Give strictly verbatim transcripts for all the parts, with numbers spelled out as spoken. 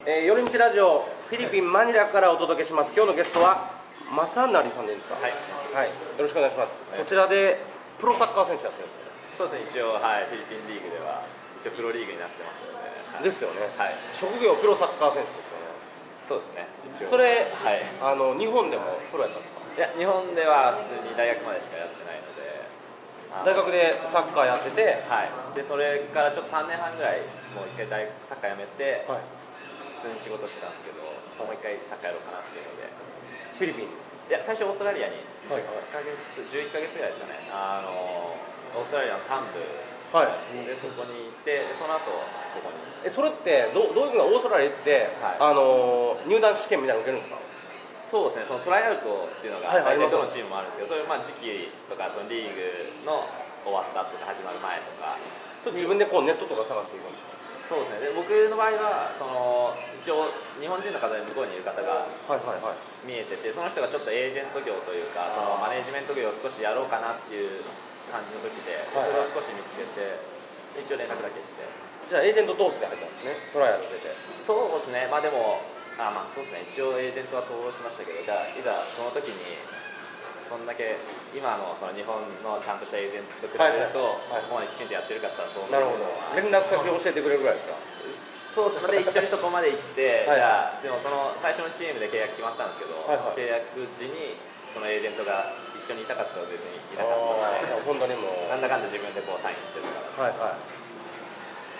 えー、寄り道ラジオフィリピンマニラからお届けします。今日のゲストは正成さんでいいですか？はい、はい、よろしくお願いします。そちらでプロサッカー選手やってるんですか？ そうですね、一応、はい、フィリピンリーグでは一応プロリーグになってますので、はい、 ですよね、 はい、 職業プロサッカー選手ですよね。 そうですね、一応それ、 はい、 あの日本でもプロやったんですか？ いや、日本では普通に大学までしかやってないので、 大学でサッカーやってて、 はい、でそれからちょっとさんねんはんぐらいもう一回大学サッカーやめて、はい、普通に仕事してたんですけど、はい、もう一回サッカーやろうかなっていうので、 フィリピンに、 いや、最初オーストラリアにじゅっかげつ、じゅういっかげつぐらいですかね、あのオーストラリアのさん部、はい、でそこに行って、その後ここに。 えそれってどどういうふうな、オーストラリア行って、はい、あの入団試験みたいなの受けるんですか？ そうですね、そのトライアウトっていうのが大体どのチームもあるんですけど、そういうまあ時期とかそのリーグの終わった後が始まる前とか、 それ自分でこうネットとか探していくんですか？ そうですね、で僕の場合はその一応日本人の方で向こうにいる方が見えてて、その人がちょっとエージェント業というかそのマネジメント業を少しやろうかなっていう感じの時で、それを少し見つけて一応連絡だけして。 じゃあエージェント同士で入ったんですね、トライアウト出て。 そうですね、まあでもあまあそうですね、一応エージェントは登録しましたけど、じゃあいざその時にそんだけ今のその日本のちゃんとしたエージェントと比べると、ここまできちんとやってるかって言ったらそう。 なるほど、連絡先を教えてくれるぐらいですか？ そうですね、で一緒にそこまで行って、はい、じゃあでもその最初のチームで契約決まったんですけど、はいはい、契約時にそのエージェントが一緒にいたかったら全然いなかったので、 本当にもうなんだかんだ自分でこうサインしてるから。 はいはい、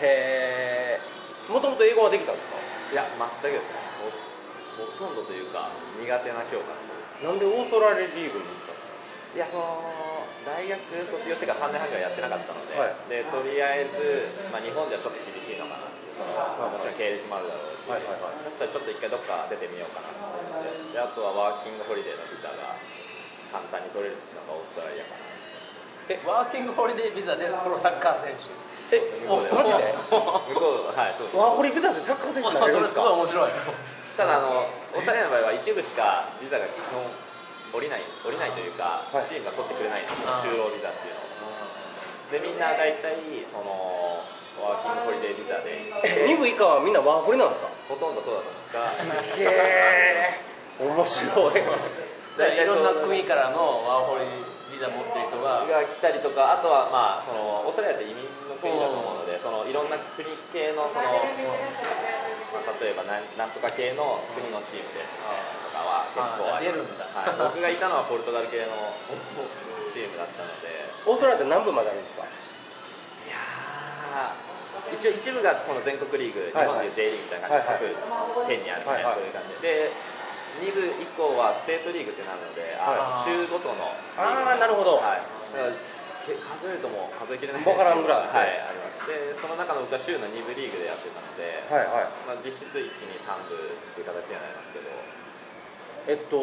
へえ。もともと英語はできたんですか？ いや、全くですね、ほとんどというか苦手な教科です。 なんでオーストラリアリーグに行ったんですか？ いや、その大学卒業してからさんねんはんぐらいやってなかったので、はい、でとりあえず、まあ、日本ではちょっと厳しいのかなって、その、はい、もちろん経歴もあるだろうし、はいはいはい、だったらちょっと一回どっか出てみようかなと思って、であとはワーキングホリデーのビザが簡単に取れるっていうのがオーストラリアかな。 え、ワーキングホリデービザでプロサッカー選手？ え、マジで？ 向こう、はい、そうです。 ワーホリビザでサッカー選手になれるんですか？ それすごい面白い。 ただあのオーストラリアの場合は一部しかビザが基本降りない降りないというか、はい、チームが取ってくれないんですよ、就労ビザっていうのを。でみんな大体そのワーキングホリデービザで、 に部以下はみんなワーホリなんですか？ ほとんどそうだと思うんですが。 へー、面白い。 いろんな国からのワーホリビザ持ってる人がが来たりとか、あとはまあそのオーストラリアって移民の国だと思うので、そのいろんな国系のその、まあ、例えばなんなんとか系の国のチームでとかは結構あります。はい、僕がいたのはポルトガル系のチームだったので。 オーストラリアって何部まであるんですか？ いやー、一応一部がこの全国リーグ、日本でいう J リーグみたいな感じで各県にあるみたいな、そういう感じで。に部以降はステートリーグってなるので、はい、州ごとの。 ああ、なるほど。 はい、だから数えるともう数えきれないボカランぐらい、 はい、あります。でその中の僕は州のに部リーグでやってたので、はいはい、まあ、実質いち、に、さん部っていう形にはなりますけど、 えっと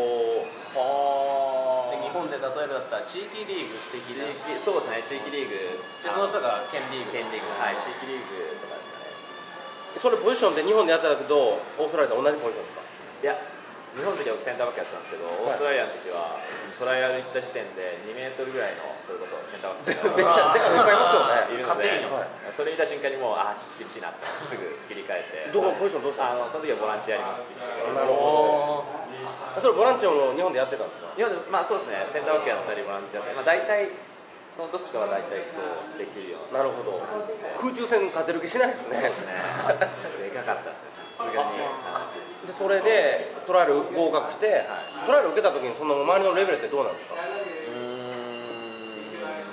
は日本で例えばだったら地域リーグ的な、 そうですね、地域リーグでその人が県リーグ県リーグ、はい、地域リーグとかですかね。 それポジションって日本でやったけどオーストラリアと同じポジションですか？ いや、日本の時はセンターバックやってたんですけど、オーストラリアの時はトライアル行った時点でにメートルぐらいのそれこそセンターバックめっちゃでかいいっぱいいますよね。 いるので、はい、それ見た瞬間にもうあちょっと厳しいなってすぐ切り替えて。 どこポジションどうしたんですか？ あのその時はボランチやりますって言って。 なるほど。それボランチも日本でやってたんですか？ 日本で、まあそうですね、センターバックやったりボランチやったり、まあ大体そのどっちかは大体そうできるような。 なるほど。空中戦勝てる気しないですね。 そうですね。でかかったですね、さすがに。 でそれでトライアル合格して、はい、トライアル受けた時にその周りのレベルってどうなんですか？うーん、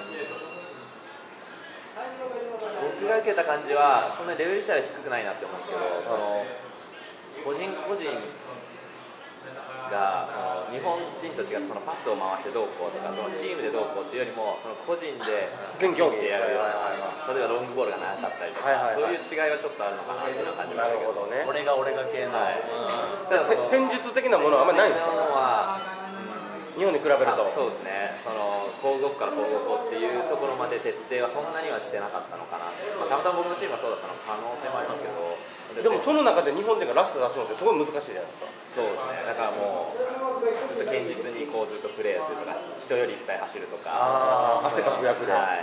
僕が受けた感じはそんなにレベル自体は低くないなって思うんですけど、その個人個人がその日本人と違ってそのパスを回してどうこうとか、そのチームでどうこうっていうよりもその個人で全競技でやるような、例えばロングボールが長かったりとか、はいはいはい、そういう違いはちょっとあるのかなっていう感じましたけど。 なるほどね。 俺が俺が系の、はい、 ただ戦術的なものはあんまりないんですか？日本に比べると。 そうですね、そのこう動くからこう動こうっていうところまで徹底はそんなにはしてなかったのかな、まあ、たまたま僕のチームはそうだったの可能性もありますけど、 でもその中で日本人がラスト出すのってすごい難しいじゃないですか。 そうですね、だからもうずっと堅実にこうずっとプレーするとか、人よりいっぱい走るとか、 あ汗かく役で、 はい、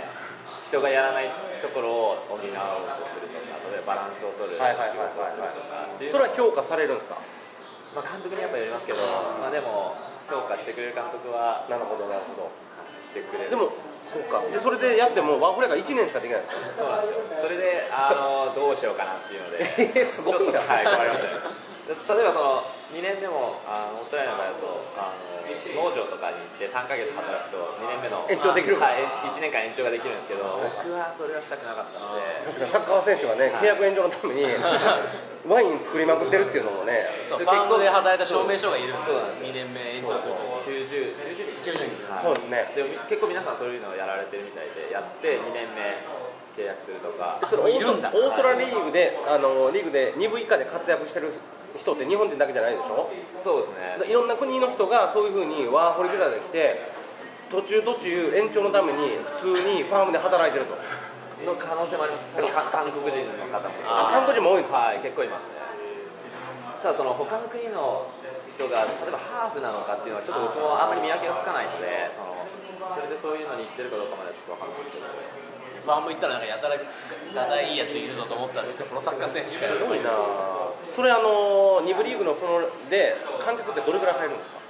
人がやらないところを補おうとするとか、例えばバランスを取る仕事をするとかっていう、 それは評価されるんですか？ まあ、監督にやっぱりよりますけど、まあ、でも評価してくれる監督はなるほどなるほどしてくれる。 でもそうか、でそれでやってもワーホリがいちねんしかできないんですか？ そうなんですよ。それであのどうしようかなっていうのでえー、すごいな。 ちょっとはい困りましたね。例えばそのにねんめもあのオーストラリアの場合だとあの農場とかに行ってさんかげつ働くとにねんめの延長できる、 はい、いちねんかん延長ができるんですけど、僕はそれはしたくなかったので。 確かにサッカー選手はね、契約延長のためにワイン作りまくってるっていうのもね、 そうファームで働いた証明書がいるんですよ。 そうなんですよ。 にねんめ延長するときゅうじゅう、きゅうじゅう、 そうですね。 でも結構皆さんそういうのをやられてるみたいで、やってにねんめ契約するとか。 それオーストオーストラリーグで、あのリーグでに部以下で活躍してる人って日本人だけじゃないでしょ？ そうですね。 いろんな国の人がそういう風にワーホリビザで来て、途中途中延長のために普通にファームで働いてると。 の可能性もあります。韓国人の方も。 韓国人も多いんですか？ はい、結構いますね。ただその他の国の人が例えばハーフなのかっていうのはちょっと僕もあんまり見分けがつかないので、そのそれでそういうのに行ってるかどうかまではちょっと分かんないですけど。 ファーム行ったらなんかやたらがたいいやついるぞと思ったらプロサッカー選手がすごいな。それあのに部リーグのそので観客ってどれぐらい入るんですか？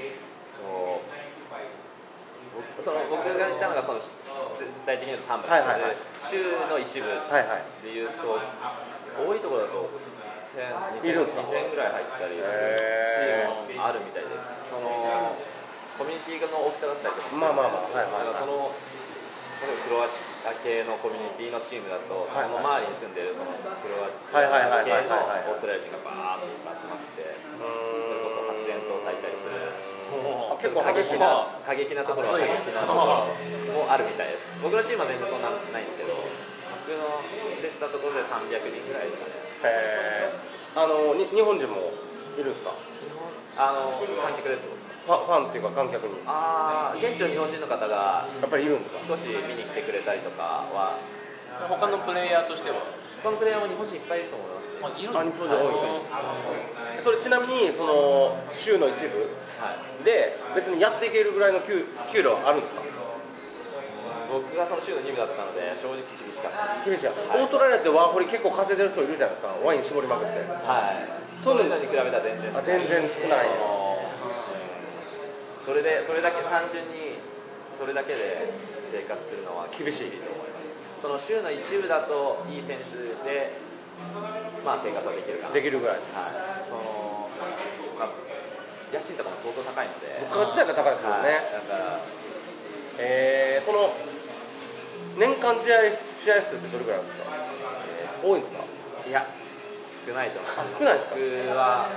その僕が行ったのがその絶対的に言うとさん部、 はいはいはい、 週の一部でいうと、多いところだとにせんぐらい入ったりするチームもあるみたいです。そのコミュニティの大きさだったりとか、 まあまあまあ、はいはいはい、 その例えばクロアチア系のコミュニティのチームだと、その周りに住んでるそのクロアチア系のオーストラリア人がバーッと集まって、それこそ発煙筒を焚いたりする。結構過激な過激なところは過激なところもあるみたいです。僕のチームは全然そんなないんですけど、僕の出てたところでさんびゃくにんぐらいですかね。 へー。あのに日本人もいるんですか？ あの観客でってことですか？ ファファンっていうか観客に。 ああ、現地の日本人の方がやっぱりいるんですか？ 少し見に来てくれたりとかは。 他のプレイヤーとしては他のプレイヤーも日本人いっぱいいると思います。 あ、いるんですか？日本人多い。それちなみにその週の一部で別にやっていけるぐらいの給給料あるんですか？ 僕がその週のに部だったので正直厳しかったです。 厳しい。はい、オーストラリアってワーホリ結構稼いでる人いるじゃないですか。ワイン絞りまくって。 はい。そういうのに比べたら全然少ない。 全然少ない。 それでそれだけ単純にそれだけで生活するのは厳しいと思います。その週の一部だといい選手で、まあ、生活はできるかな。 できるぐらい。 はい。そのまあ、家賃とかも相当高いので。 物価自体が高いですよね。 はい、だから、 えー、その年間試合試合数ってどれぐらいあるんですか？えー、多いんですか？ いや、少ないと思います。 少ないですか？ 僕は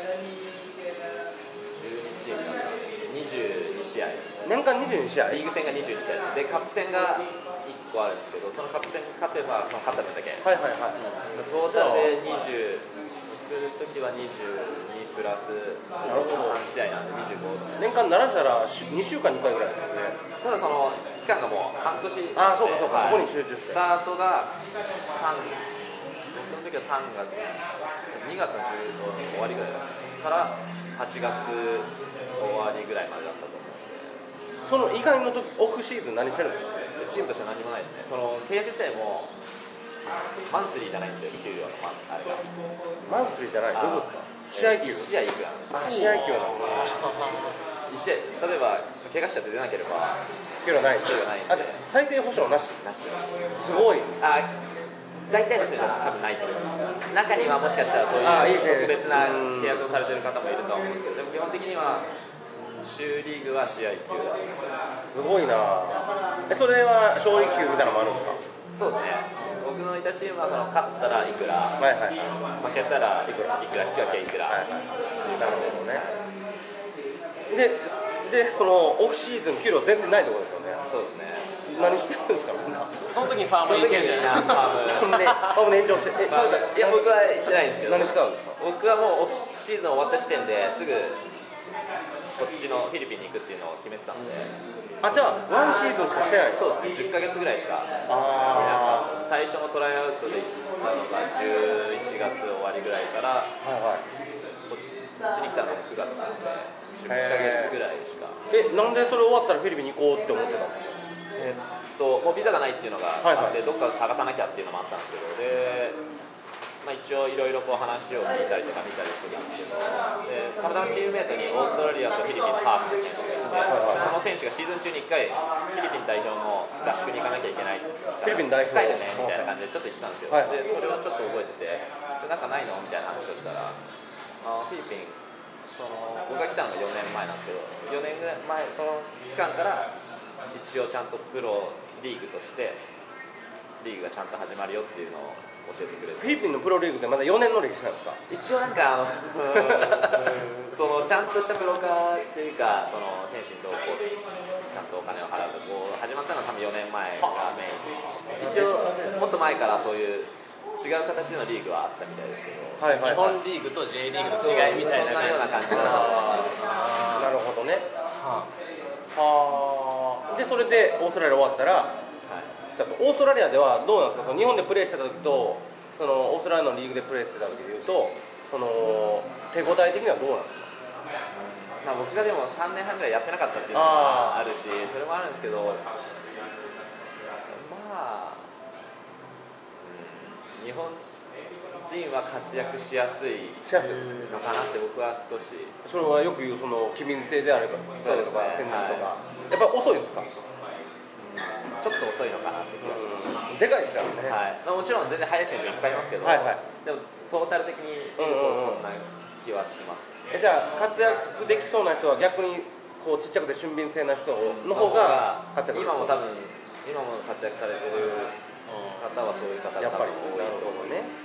じゅうにチームだったのでにじゅうに試合。 年間にじゅうに試合？ リーグ戦がにじゅうに試合です。で、カップ戦がいっこあるんですけど、そのカップ戦に勝てばその勝った分だけ。 はいはいはい。 トータルでにじゅう、僕の時はにじゅうにプラスさん試合なんでにじゅうご。 年間ならしたらにしゅうかんにいっかいぐらいですよね。 ただその期間がもう半年。 ああ、そうかそうか、 はい、 そこに集中して。 スタートがさん、僕の時はさんがつ、にがつの終わりぐらいからはちがつ終わりぐらいまでだったと思うので。 その以外の時オフシーズン何してるんですか？ チームとしては何もないですね。その契約自体もマンスリーじゃないんですよ、給料のマンあれが。 マンスリーじゃない？どういうことですか？試合給？ いち試合いくらなんですよ。試合給なのかな。いち試合、例えば怪我しちゃって出なければ給料ないんで。 給料ないんで。 あ、じゃあ最低保証なし？ なしです。 すごい。 あ、大体の選手は多分ないと思います。中にはもしかしたらそういう特別な契約をされてる方もいるとは思うんですけど、でも基本的には州リーグは試合球だ。 すごいな。え、それは勝利球みたいなのもあるんですか？ そうですね。僕のいたチームはその勝ったらいくら、 はいはい、 負けたらいくら、いくら引き分けいくら、はいはい、 なるほどね。で、でそのオフシーズン給料全然ないってことですよね。 そうですね。 何してるんですかみんな。 その時にファームに行けるじゃないですか。 ファームで、ファームで延長して、え、それいや僕は行ってないんですけど。 何してたんですか？ 僕はもうオフシーズン終わった時点ですぐこっちのフィリピンに行くっていうのを決めてたので。 あ、じゃあワンシーズンしかしてない。 そうですね。じゅっかげつぐらいしか。 ああ。最初のトライアウトで行ったのがじゅういちがつ終わりぐらいから、 はいはい、 こっちに来たのがくがつなのでじゅっかげつぐらいしか。 え、なんでそれ終わったらフィリピンに行こうって思ってたの？ えともうビザがないっていうのがあって、 はいはい、 どっか探さなきゃっていうのもあったんですけど、で、まあ、一応いろいろ話を聞いたりとか見たりしてたんですけど、でたまたまチームメートにオーストラリアとフィリピンのハーフの選手がいて、その選手がシーズン中にいっかいフィリピン代表の合宿に行かなきゃいけないフィリピン代表帰るねみたいな感じでちょっと言ってたんですよ、はい、でそれをちょっと覚えてて、なんかないのみたいな話をしたら、あフィリピンその僕が来たのがよねんまえなんですけど、よねんぐらい前その期間から一応ちゃんとプロリーグとしてリーグがちゃんと始まるよっていうのを教えてくれる。 フィリピンのプロリーグってまだよねんの歴史なんですか？ 一応なんかあのそのちゃんとしたプロ化っていうか、その選手にどうこうちゃんとお金を払うとこう始まったのは多分よねんまえがメイン。一応もっと前からそういう違う形のリーグはあったみたいですけど、 はいはいはい、日本リーグと J リーグの違いみたいな感じなるほどね。はあ、でそれでオーストラリア終わったら、はい、オーストラリアではどうなんですか？その日本でプレーしてた時とそのオーストラリアのリーグでプレーしてた時でいうと、その手応え的にはどうなんですか？ まあ、僕がでもさんねんはんぐらいやってなかったっていうのもあるし、それもあるんですけど、まあ、うん、日本人は活躍しやすいのかなって僕は少し。 それはよく言うその機敏性であればそうですね、 戦術とか、はい、やっぱり遅いですか？ ちょっと遅いのかなって気がします。 でかいですからね、 はいまあ、もちろん全然速い選手いっぱいいますけど、 はいはい、 でもトータル的に見るとそんな気はします、 うんうんうん、えじゃあ活躍できそうな人は逆にこうちっちゃくて俊敏性な人の方が活躍できそう？ 今も多分今も活躍されてる方はそういう方がやっぱり多いと思うね。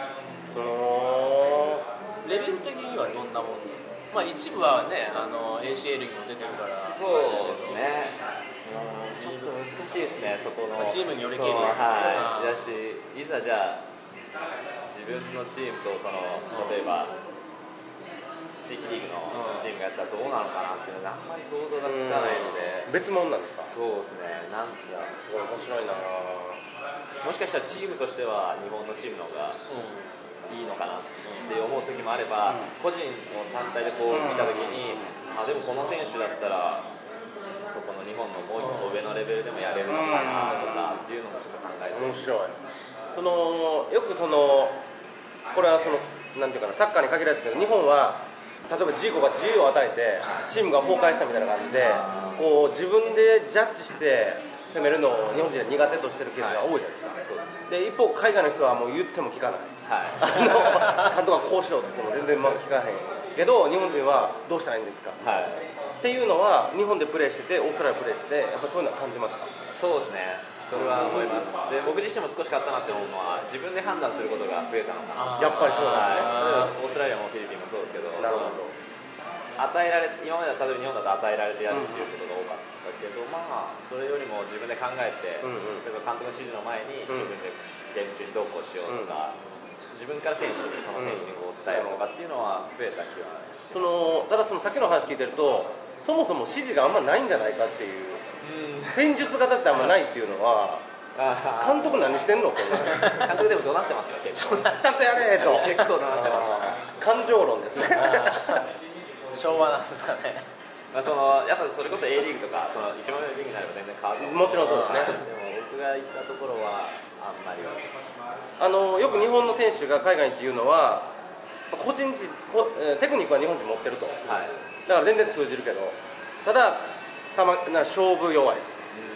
レベル的にはどんなもん？まあ一部はね、あの エーシーエル にも出てるから。 そうですね。ちょっと難しいですね、そこの。 まあ、チームによりけり。 はい。だし、いざじゃあ自分のチームとその例えば地域リーグのチームがやったらどうなのかなっていうのはあんまり想像がつかないので。 別物なんですか？ そうですね。なんだすごい面白いな。 もしかしたらチームとしては日本のチームの方がいいのかなって思う時もあれば、個人を単体でこう見た時に、あでもこの選手だったらそこの日本のもう一個上のレベルでもやれるのかなとかっていうのもちょっと考えて。 面白い。そのよくそのこれはそのなんていうかな、サッカーに限らずですけど、日本は例えばジーコが自由を与えてチームが崩壊したみたいな感じで、こう自分でジャッジして攻めるのを日本人は苦手としてるケースが多いじゃないですか、はい、で一方海外の人はもう言っても聞かない、はい、あの監督がこうしろって言っても全然聞かへんけど、日本人はどうしたらいいんですか、はい、っていうのは日本でプレーしててオーストラリアプレーしててやっぱそういうのは感じますか？ そうですね、それは思います。で僕自身も少し変わったなって思うのは自分で判断することが増えたのかな。 やっぱりそうだね。オーストラリアもフィリピンもそうですけど、 なるほど、 与えられ今までは例えば日本だと与えられてやるっていうことが多かったけど、まあそれよりも自分で考えて、うんうん、例えば監督の指示の前に自分でゲーム中にどうこうしようとか、うん、自分から選手にその選手にこう伝えるとかっていうのは増えた気はします。 そのただそのさっきの話聞いてると、そもそも指示があんまないんじゃないかっていう、うん、戦術型ってあんまないっていうのは監督何してんのって監督でも怒鳴ってますよ結構。 ちゃんとやれと結構怒鳴ってます。 感情論ですね。 昭和なんですかね。 まあそのやっぱそれこそ A リーグとかその一番上のリーグになれば全然変わると思う。 もちろんそうですね。 でも僕が行ったところはあんまり。 あのよく日本の選手が海外にっていうのは個人技テクニックは日本人持ってると、はい、だから全然通じるけど、ただたまな勝負弱い、うん、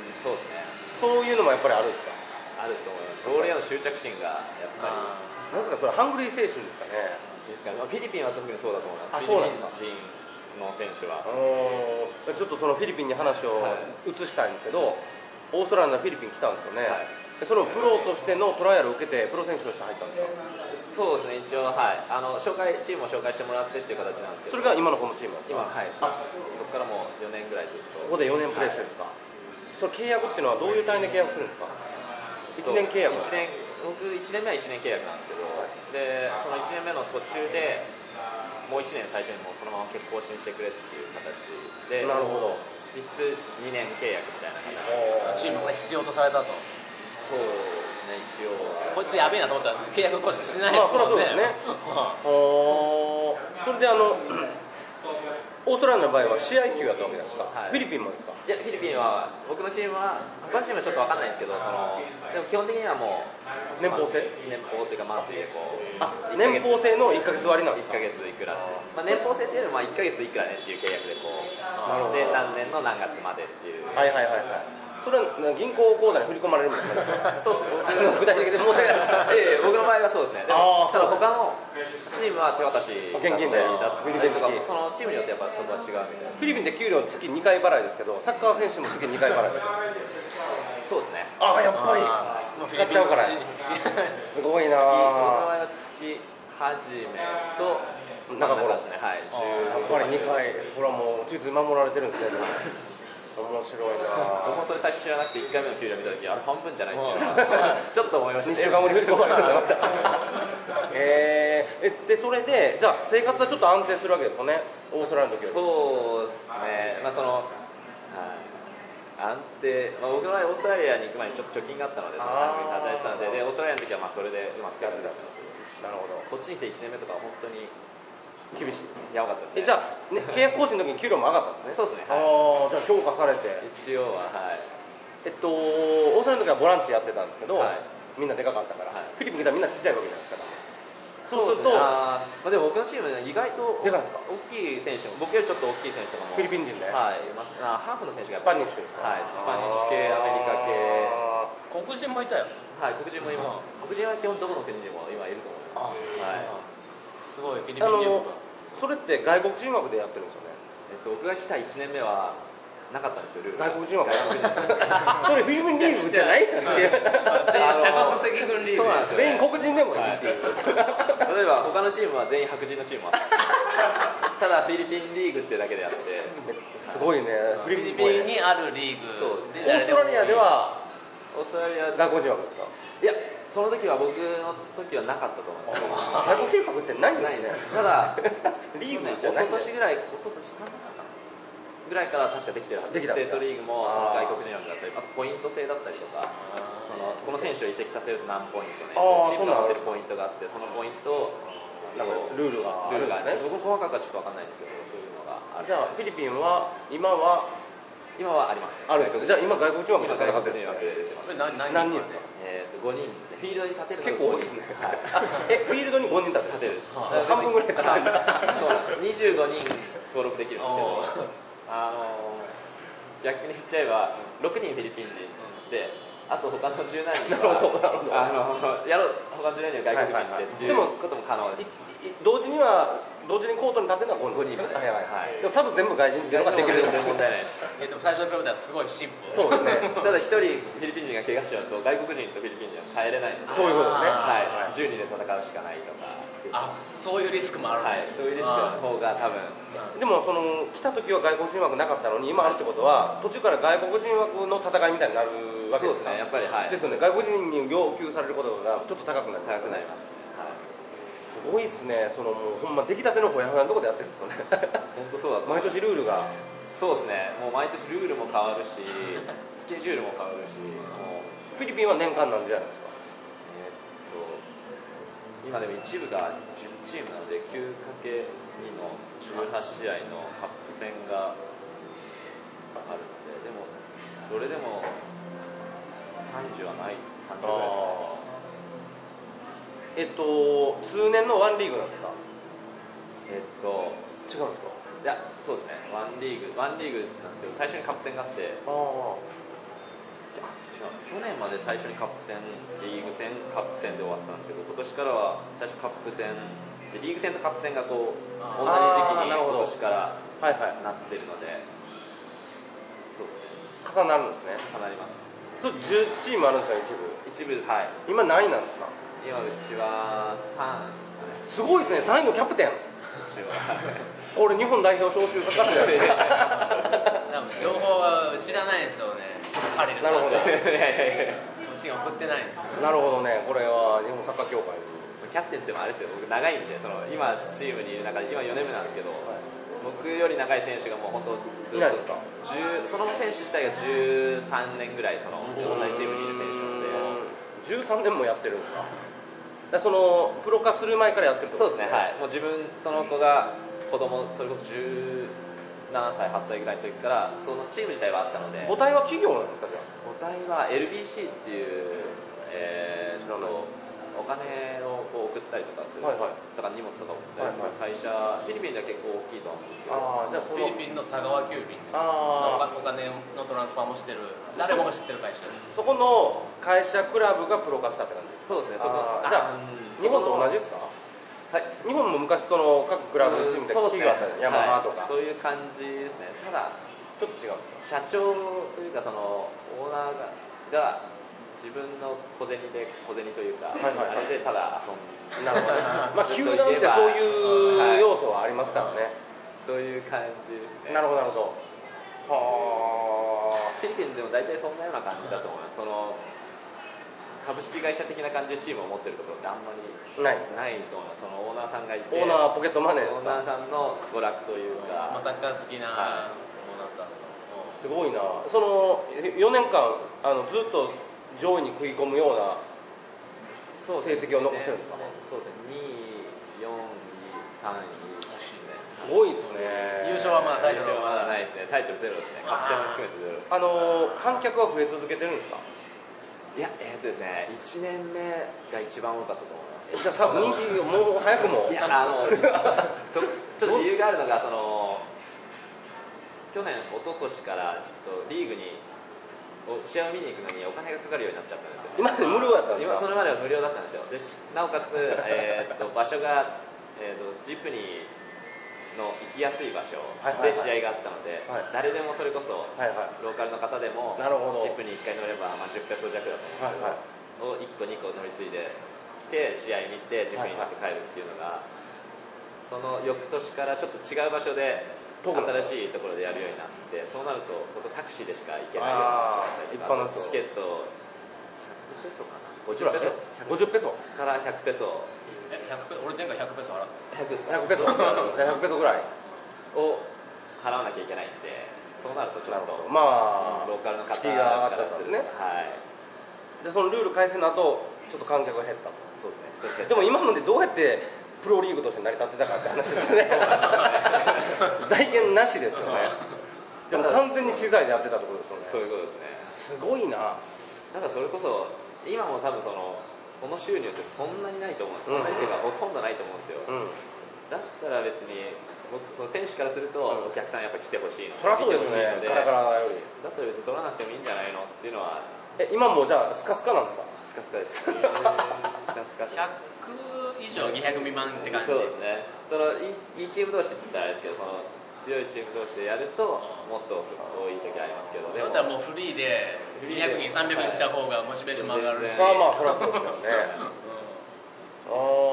そうですね。 そういうのもやっぱりあるんですか？ あると思います。ボールへの執着心がやっぱり。なんですかそれハングリー精神ですかね。 ですかね。フィリピンは特にそうだと思います。 あ、そうなんですか。 フィリピン人の選手は。 ちょっとそのフィリピンに話を移したいんですけど、はい、オーストラリアのフィリピン来たんですよね。はい、それをプロとしてのトライアルを受けてプロ選手として入ったんですか？ そうですね。一応はいあの紹介チームを紹介してもらってっていう形なんですけど。 それが今のこのチームなんですか？ 今はい。あ、そこからもうよねんぐらいずっと。 ここでよねんプレーしてるんですか？はい、その契約っていうのはどういう単位で契約するんですか？いちねん契約。いちねん僕いちねんめはいちねん契約なんですけど、はい、でそのいちねんめの途中でもういちねん最初にもうそのまま結更新してくれっていう形で、 なるほど、 実質にねん契約みたいな形でチームが必要とされたと。 そうですね、一応こいつやべえなと思ったら契約更新しないもんね。まあそりゃそうですね。それであのオーストラリアの場合は試合球やったわけですか、 はい、 フィリピンもですか？ いや、フィリピンは、僕のチームは、他のチームはちょっと分かんないんですけど、そのでも基本的にはもう、 年俸制年俸というか、マンスリーでこう、 あ、年俸制のいっかげつ割なんですか？ いっかげついくら、まあ、年俸制っていうのは、いっかげついくらねっていう契約でこう、 なるほど、 で、何年の何月までっていう。 はいはいはいはい。それは銀行口座に振り込まれるみたいなそうですね、 具体的で申し訳ないええ、僕の場合はそうですね。でも、ただ他のチームは手渡し現金でだったりとか、そのチームによってやっぱそこは違うみたいな。 フィリピンで給料月にかい払いですけど、サッカー選手も月にかい払いですよ。 そうですね。 ああ、やっぱり使っちゃうからすごいなぁ。 僕の場合は月始めと中頃ですね。はい。 やっぱりにかい、これはもうついつい守られてるんですね。面白いなぁ。 僕もそれ最初知らなくていっかいめの給料見たとき、あれ半分じゃないっていうのはちょっと思いました。 にしゅうかんごに振り込まれましたえー、でそれでじゃあ生活はちょっと安定するわけですよね、オーストラリアの時は。 そうですね、まあその、はい、安定、まあ、僕の場合オーストラリアに行く前にちょっと貯金があったので、そのサークルに働いてたので、でオーストラリアの時はまあそれでうまくやってたんですけど、なるほど、こっちに来ていちねんめとかは本当に厳しい、 やばかったですね。 えじゃあ、ね、契約更新の時に給料も上がったんですね。 そうですね、はい、 ああ、じゃあ評価されて、 一応は、はい、 えっとオーストラリアの時はボランチやってたんですけど、 はい、 みんなでかかったから、はい、フィリピン来たらみんなちっちゃいわけじゃないですか。 そうすると、あまあ、でも僕のチーム意外とでかいですか？ 大きい選手も、僕よりちょっと大きい選手とかもフィリピン人で、 はい、います。あハーフの選手がスパニッシュ、 はい、スパニッシュ系、アメリカ系、 黒人もいたよ。 はい、黒人もいます。黒人は基本どこの国でも今いると思います。はい、 すごいフィリピン留学。 それって外国人枠でやってるんですよね。 えっと僕が来たいちねんめはなかったんですよ、ルール。 外国人枠。それフィリピンリーグじゃないっていう。 多国籍軍リーグ。 そうなんですよ、 全員黒人でもいいっていう。 例えば他のチームは全員白人のチームもあってただフィリピンリーグってだけであって、 すごいね。 フィリピンにあるリーグ。 そうオーストラリアではオーストラリア外国人枠ですか？ いや、その時は僕の時はなかったと思います。 外国人枠ってないんですね。 ただリーグじゃない。 一昨年ぐらい、一昨年さんねんかなぐらいから確かできてるはず。ステートリーグもその外国人枠だったり、あとポイント制だったりとか、そのこの選手を移籍させると何ポイントね、チームが持ってるポイントがあって、そのポイントをなんかルールがルールがね、僕細かくはちょっと分かんないんですけど、そういうのがある。 じゃあフィリピンは今は今はあります。 あるんですよ。じゃあ今外国人枠で今戦ってるんです外国人枠で出てます。 何何人ですか？ えっとごにんですね。フィールドに立てる結構多いですね。 はい。 え、フィールドにごにん立立てる。 半分ぐらい立てる。 そうなんです。にじゅうごにん登録できるんですけど、あの逆に言っちゃえばろくにんフィリピン人で、あと他のじゅうなんにんはあのやろう他のじゅうなんにんは外国人でっていうことも可能です。 同時には同時にコートに立てるのはごにん。はいはいはい。でもサブ全部外人っていうのができるんです。 問題ないです。 えでも最初に比べたらすごいシンプル。 そうですね。 ただ一人フィリピン人が怪我しちゃうと外国人とフィリピン人は帰れないので、 そういうことですね。 はい。じゅうにんで戦うしかないとか。 あ、そういうリスクもある。 はい。そういうリスクの方が多分。 でもその来た時は外国人枠なかったのに今あるってことは途中から外国人枠の戦いみたいになるわけですか？ そうですね。やっぱりはい。 ですよね。外国人に要求されることがちょっと高くなります。 高くなります。 すごいですね。そのもうほんま出来たてのほやほやのとこでやってるんですよね。 本当そうだと思います。 毎年ルールが。 そうですね。もう毎年ルールも変わるし、スケジュールも変わるし、もうフィリピンは年間何試合なんですか？ えー、っと今でも一部がじゅうチームなので きゅうかけるに のじゅうはち試合のカップ戦があるので、でもそれでもさんじゅうはない、さんじゅうぐらいですかね。 えっと通年のワンリーグなんですか？ えっと違うんですか？ いや、そうですね。ワンリーグ、ワンリーグなんですけど、最初にカップ戦があって、ああ、違う、去年まで最初にカップ戦、リーグ戦、カップ戦で終わってたんですけど、今年からは最初カップ戦、でリーグ戦とカップ戦がこう同じ時期に今年からなってるので、そうですね。 重なるんですね。 重なります。 それじゅうチームあるんですか？一部。 一部、はい。 今何位なんですか？ 今うちはさんいですかね。 すごいですね。さんいのキャプテン。 うちは。 これ日本代表招集かかるじゃないですか。 両方は知らないですよね。パリの。 なるほど。 こっちが送ってないです。 なるほどね。これは日本サッカー協会に。 キャプテンってもあれですよ。僕長いんで、その今チームにいる中で今よねんめなんですけど、はい、僕より長い選手がもう本当ずっといないですか？ その選手自体がじゅうさんねんぐらいその同じチームにいる選手なので。 じゅうさんねんもやってるんですか？そのプロ化する前からやってるってことですね。そうですね。はい。もう自分その子が子子供それこそじゅうななさいはっさいぐらいの時からそのチーム自体はあったので。 母体は企業なんですか？じゃあ母体は エルビーシー っていう、えー、とお金をこう送ったりとかする、はいはい、だから荷物とか送ったりする会社、はいはい、フィリピンでは結構大きいと思うんですけど、 あじゃあフィリピンの佐川急便のお金のトランスファーもしてる誰もが知ってる会社です。 そこの会社クラブがプロ化したって感じですか？ そうですね。そこじゃあ日本と同じですか？はい、日本も昔その各クラブチームで企業あったり、ヤマハとか、 はい、そういう感じですね。ただちょっと違う社長というかそのオーナーが、が自分の小銭で小銭というか、はいはいはい、あれでただ遊んで、 なるほど、まあ球団ってそういう要素はありますからね、はい、 そういう感じですね。 なるほどなるほど。はフィリピンでも大体そんなような感じだと思います。その株式会社的な感じでチームを持ってるところってあんまりないないと思います。そのオーナーさんがいて、 オーナーポケットマネーですか？ オーナーさんの娯楽というか、 まあ、サッカー好きな、はい、オーナーさんすごいな。そのよねんかんあのずっと上位に食い込むような成績を残してるんですか？ そうですね。にい、よんい、さんい、 すごいですね。 優勝はまだタイトルはまだないですね。タイトルゼロですね。カップ戦も含めてゼロです。 あの観客は増え続けてるんですか？ いや、えー、っとですね、いちねんめが一番多かったと思います。 じゃあ人気もう早くも。 いや、あのそちょっと理由があるのが、その去年一昨年からちょっとリーグに試合を見に行くのにお金がかかるようになっちゃったんですよ。 今まで無料だったんですか？ 今それまでは無料だったんですよ。でなおかつ、えー、っと場所が、えー、っとジプニーの行きやすい場所で試合があったので、はいはいはい、誰でもそれこそ、はいはい、ローカルの方でもジップにいっかい乗れば、まあ、じゅっペソ弱だと思うんですけど、はいはい、をいっこにこ乗り継いで来て試合見てジップに乗って帰るっていうのが、はいはい、その翌年からちょっと違う場所で新しいところでやるようになって、そうなるとそこタクシーでしか行けないようになっちゃったりとか、チケットひゃくペソかな、ごじゅっペソ、 ごじゅっペソからひゃくペソ、 ひゃくペソ、俺前回ひゃくペソ払ってひゃくペソひゃくペソぐらいを払わなきゃいけないんで、そうなるとちょっとまあローカルの方敷居が上がっちゃったんですね。 はい。 でそのルール改正の後ちょっと観客が減ったと。 そうですね。少し減った。 でも今までどうやってプロリーグとして成り立ってたかって話ですよね。財源なしですよね。でも完全に資材でやってたってことですよね。 そういうことですね。 すごいな。 ただそれこそ今も多分そのその収入ってそんなにないと思うんですよ。そんなにっていうかほとんどないと思うんですよ。うん、だったら別にその選手からするとお客さんやっぱ来てほしいので、 そりゃそうですね。カラカラよりだったら別に取らなくてもいいんじゃないのっていうのは。 え今もじゃあスカスカなんですか？ スカスカです。スカスカ。 ひゃく以上にひゃく未満って感じ。 そうですね。そのいいチーム同士って言ったらあれですけど、その強いチーム同士でやるともっと多い時ありますけど、 でもだったらもうフリーでにひゃくにんさんびゃくにん来た方がモチベーションも上がるし、 まあまあそりゃそうですよね。あ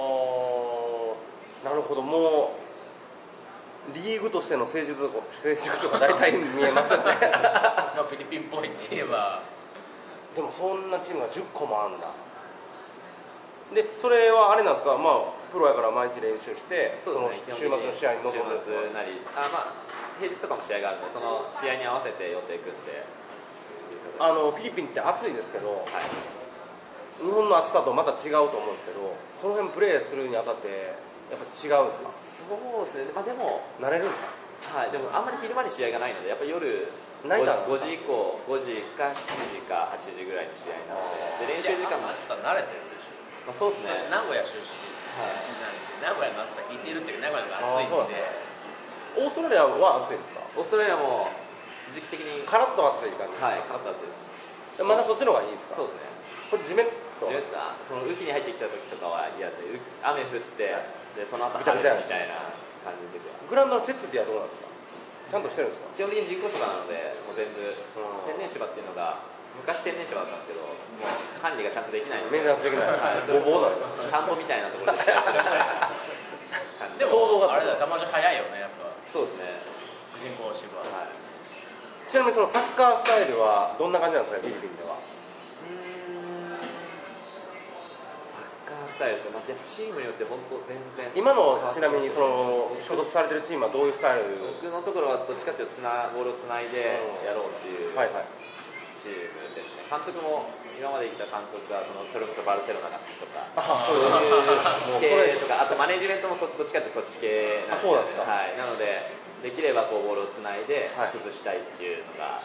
あなるほど。もうリーグとしての成熟成熟とか大体見えますよね。 まあフィリピンっぽいって言えば。 でもそんなチームがじゅっこもあるんだ。でそれはあれなんですか、まあプロやから毎日練習して、 そうですね、 その週末の試合に臨むんですか？ 週末なり、あまあ平日とかも試合があるので、その試合に合わせて予定組んで。 あのフィリピンって暑いですけど、はい、日本の暑さとまた違うと思うんですけど、その辺プレーするにあたってやっぱ違うんですか？ そうですね、まあ、でも慣れるんですか？はい、でもあんまり昼間に試合がないので、やっぱり夜ごじ以降、ごじかしちじかはちじぐらいの試合なので、で練習時間も暑さ慣れてるでしょ。 まあ、そうですね。 名古屋出身、はい、名古屋の暑さ聞いてるっていうか、名古屋が暑いんで。 オーストラリアは暑いですか？ オーストラリアも時期的にカラッと暑い感じですか？ はい、カラッと暑いです。 まだそっちの方がいいですか？ そうですね。 これ地面と地面とその雨季に入ってきた時とかは嫌ですね。雨降って、はい、でその後晴れるみたいな感じで。 グラウンドの設備はどうなんですか？ちゃんとしてるんですか？ 基本的に人工芝なので、もう全部天然芝っていうのが昔天然芝だったんですけど、もう管理がちゃんとできないので、 メンテナンスできない。はい、それボーなんです。田んぼみたいなところで試合するみたいな感じで。 でもあれだ、球足早いよね、やっぱ。 そうですね。 人工芝。はい。 ちなみにそのサッカースタイルはどんな感じなんですか、フィリピンでは？ うーん、サッカースタイルですか、まあ、チームによって本当全然。 今のちなみにその所属されてるチームはどういうスタイル？ 僕のところはどっちかというとつなボールをつないでやろうっていうチチームですね。監督も今までいた監督がそのそれこそバルセロナが好きとか、 そういう系とか、あとマネジメントもそどっちかってそっち系なんで、 そうなんですか。 はい、なのでできればこうボールをつないで崩したいっていうのが、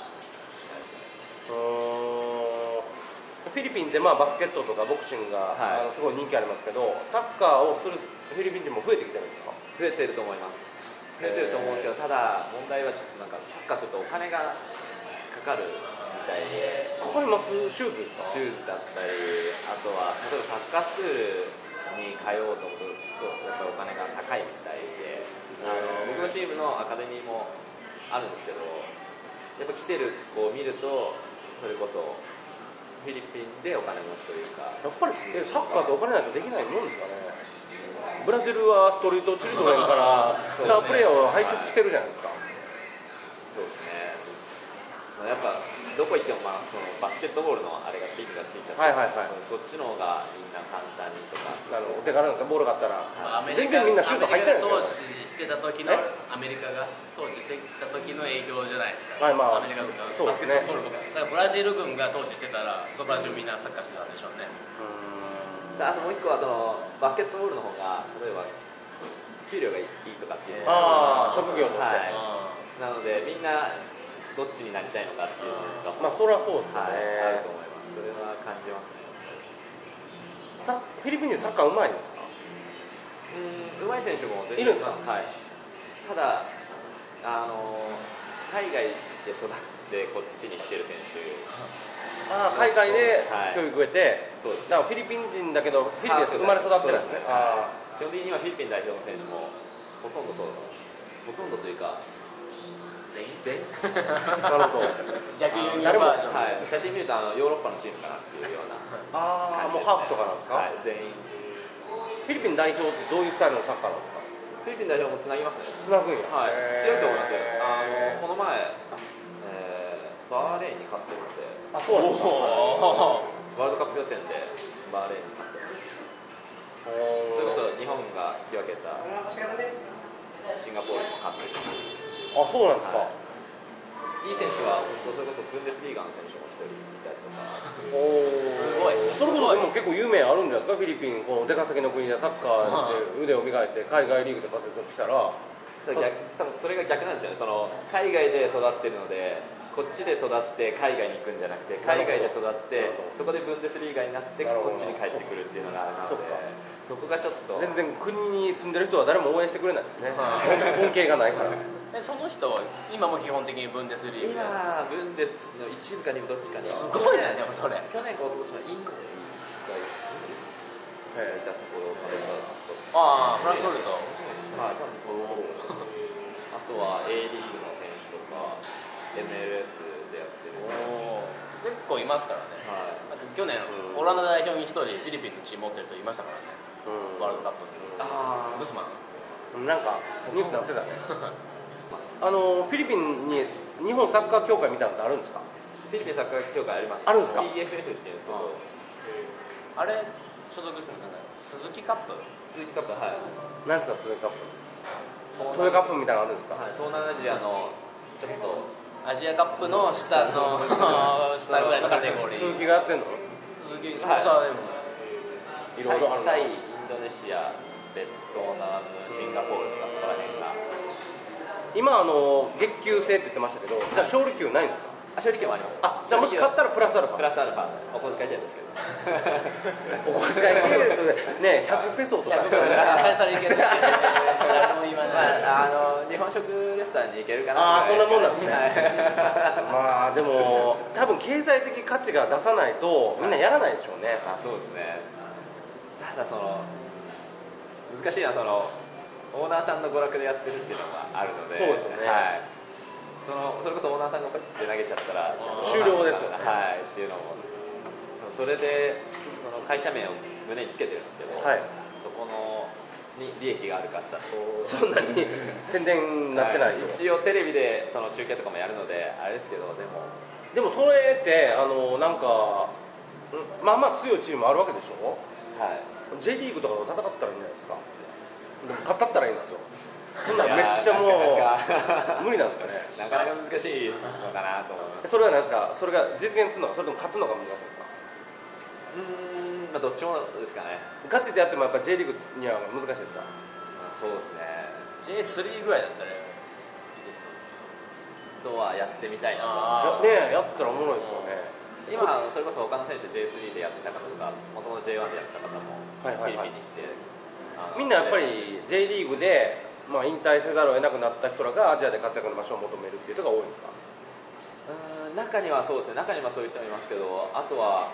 はい、うーんフィリピンでまあバスケットとかボクシングが、 はい、 あのすごい人気ありますけど、サッカーをするフィリピン人も増えてきてるんですか？ 増えてると思います。増えてると思うんですけど、ただ問題はちょっとなんかサッカーするとお金がかかるみたいで。 かかります？シューズですか？ シューズだったり、あとは例えばサッカースクールに通おうと思うとちょっとやっぱりお金が高いみたいで、あの僕のチームのアカデミーもあるんですけど、やっぱ来てる子を見るとそれこそフィリピンでお金持ちというか、 やっぱりサッカーってお金ないとできないもんですかね。ブラジルはストリートチルドレンからスタープレーヤーを輩出してるじゃないですか。 そうですね。やっぱどこ行っても、まあ、そのバスケットボールのあれがピンがついちゃって、はいはいはい、そっちの方がみんな簡単にとか、 なるほど、お手軽なボールがあったら、 まあ、 全然みんなシュート入ってない当時してた時のアメリカが当時してた時の影響じゃないですか。 はい、まあ、 アメリカ軍がバスケットボールとか、 ね、 だからブラジル軍が当時してたら、そこら中みんなサッカーしてたんでしょうね。 うーん、あともう一個はそのバスケットボールの方が例えば給料がいいとかっていう、 ああ、職業として、 はい、なのでみんなどっちになりたいのかっていうのが、 まあそれはそうですね、 はい、あると思います。それは感じますね。 さフィリピンでサッカーうまいですか？ うん、うまい選手も全然いるんですか？ はい、ただあの海外で育ってこっちにしてる選手、 ああ、海外で教育を得て、 はい、そうです。 だからフィリピン人だけどフィリピンで生まれ育ってるんですね。あ基本的にはフィリピン代表の選手もほとんどそうだと思います。ほとんどというか全員なるほど。 逆輸入バージョン、はい、写真見るとあのヨーロッパのチームかなっていうような、 ああ、もうハーフとかなんですか？ はい、全員。 フィリピン代表ってどういうスタイルのサッカーなんですか？ フィリピン代表もつなぎますね。 つなぐんや。 はい、強いと思いますよ。あのこの前、えー、バーレーンに勝ってるので、 あ、そうなんですか？ ワールドカップ予選でバーレーンに勝ってます。それこそ日本が引き分けたシンガポールにも勝ってる。 あ、そうなんですか？はい、 いい選手はそれこそブンデスリーガの選手も一人いたりとか。 おー、すごい。それこそでも結構有名あるんじゃないですか？フィリピン、この出稼ぎの国でサッカーで腕を磨いて海外リーグで活躍したら、 多分それが逆なんですよね。その海外で育ってるのでこっちで育って海外に行くんじゃなくて、海外で育ってそこでブンデスリーガになってこっちに帰ってくるっていうのがあるので、そこがちょっと全然国に住んでる人は誰も応援してくれないですね。恩恵がないから。 でその人は今も基本的にブンデスリーグで、 今ブンデスの一部か二部どっちかに、 すごいね。でもそれ去年か一昨年のインドがいたところまでが、 ああ、フランクフルト、 はい、多分そうあとは A リーグの選手とか エムエルエス でやってる結構いますからね。はい、去年、うん、オランダ代表に一人フィリピンのチーム持ってる人いましたからね、うん、ワールドカップに。ああ、グスマンなんかニュースになってたね。あのフィリピンに日本サッカー協会みたいなのってあるんですか？ フィリピンサッカー協会あります。 あるんですか？ ティーエフエフ っていうんですけど、 あれ所属してるのなんか鈴木カップ？ 鈴木カップ、はい。 何ですか鈴木カップ？トヨカップみたいなのあるんですか？ はい、東南アジアのちょっとアジアカップの下の下ぐらいのカテゴリー。 鈴木がやってんの？ 鈴木スポンサーでもいろいろある。 タイ、インドネシア、ベトナム、シンガポールとかそこら辺が。 今あの月給制って言ってましたけど、じゃあ勝利給ないんですか？ あ、勝利給もあります。 あ、じゃあもし勝ったらプラスアルファ。 プラスアルファ、お小遣い程度ですけど。 お小遣い程度でね、ひゃくペソとか。 ひゃくペソされたらいける。誰も言わない。 あの日本食レストランに行けるかな。 ああ、そんなもんなんですね。まあでも多分経済的価値が出さないとみんなやらないでしょうね。 あ、そうですね。ただその難しいのはそのオーナーさんの娯楽でやってるっていうのがあるので。 そうですね。はい。 そのそれこそオーナーさんがパッて投げちゃったら終了ですよね。 はいっていうのも、それでその会社名を胸につけてるんですけど、はい、そこのに利益があるかって言ったらそんなに宣伝になってない、 はい、一応テレビでその中継とかもやるのであれですけど、でもでもそれってあのなんかまあまあ強いチームあるわけでしょ。はい。J リーグとかと戦ったらいいんじゃないですか。でも勝ったったらいいんですよ。 そんなんめっちゃもう無理なんですかね。 なかなか難しいのかなと思います。 それは何ですか、それが実現するのか、それとも勝つのが難しいですか。 うーん、まあ、どっちもですかね。 ガチでやってもやっぱ J リーグには難しいですか。 まあ、そうですね。 ジェイスリー ぐらいだったらいいですよね。 とはやってみたいなあと。 ねえ、やったらおもろいですよね。 今それこそ他の選手 ジェイスリー でやってた方とか、もともと ジェイワン でやってた方もフはいはいはいィリピンに来て、あのみんなやっぱり J リーグで、まあ、引退せざるを得なくなった人らがアジアで活躍の場所を求めるっていう人が多いんですか。 うーん、中にはそうですね、中にはそういう人もいますけど、あとは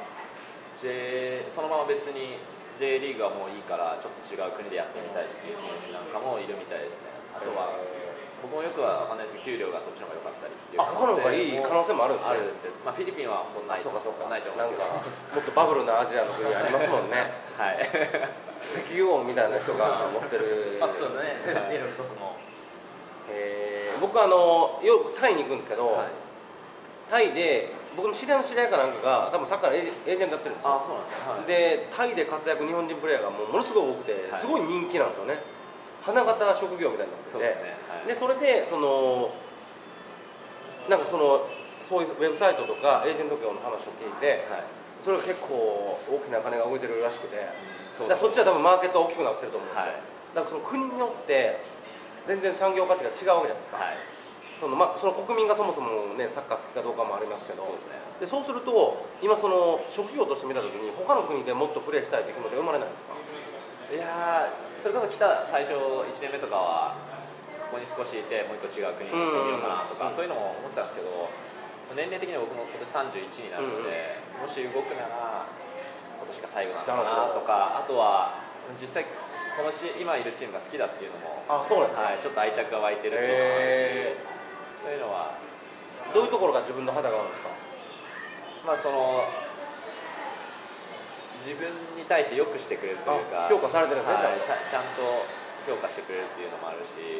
J そのまま別に J リーグはもういいからちょっと違う国でやってみたいっていう選手なんかもいるみたいですね。あとは僕もよくは分かんないですけど、給料がそっちの方が良かったりっていうあ、他の方がいい可能性もあるんですね。 あるんです。まあ、フィリピンはほとんどないそうかそうか、 ないと思なんうんですかもっとバブルなアジアの国ありますもんね。 はい石油王みたいな人が持ってる。 あ、そうね、出るとこも。 えー、僕あのよくタイに行くんですけど、 はい、 タイで僕の知り合いの知り合いかなんかが多分サッカーのエージェントやってるんですよ。 あ、そうなんですか、はい、 でタイで活躍日本人プレーヤーがもうものすごい多くて、 はい、 すごい人気なんですよね。花形職業みたいになってて、 そうですね、はい、 でそれでそのなんかそのそういうウェブサイトとかエージェント業の話を聞いて、はい、それが結構大きな金が動いてるらしくて、うん、だからそっちは多分マーケットは大きくなってると思うんですよ、はい、だからその国によって全然産業価値が違うわけじゃないですか、はい、そのまあ、その国民がそもそも、ね、サッカー好きかどうかもありますけど、そうですね、でそうすると今その職業として見たときに他の国でもっとプレーしたいという気持ちが生まれないんですか。 いやそれこそ来た最初いちねんめとかはここに少しいてもう一個違う国に行ってみようかなとか、うん、そういうのも思ってたんですけど、年齢的には僕も今年さんじゅういちになるので、うん、もし動くなら今年が最後なのかなとか、あとは実際このチ今いるチームが好きだっていうのも、 あ、そうなんですか、 はい、ちょっと愛着が湧いてるっていうのもあるし、そういうのはどういうところが自分の肌が合うんですか。 まあその自分に対して良くしてくれるというか、 評価されてるんですね、はい、 ちゃんと評価してくれるっていうのもあるし、